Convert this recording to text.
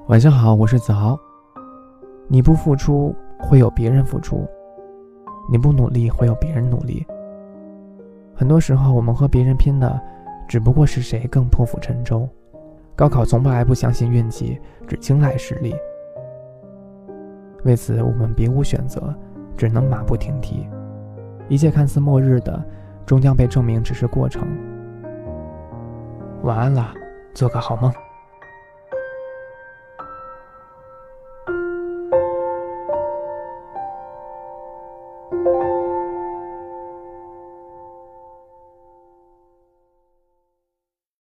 晚上好，我是子豪。你不付出，会有别人付出；你不努力，会有别人努力。很多时候，我们和别人拼的，只不过是谁更破釜沉舟。高考从来不相信运气，只青睐实力。为此，我们别无选择，只能马不停蹄。一切看似末日的，终将被证明只是过程。晚安了，做个好梦。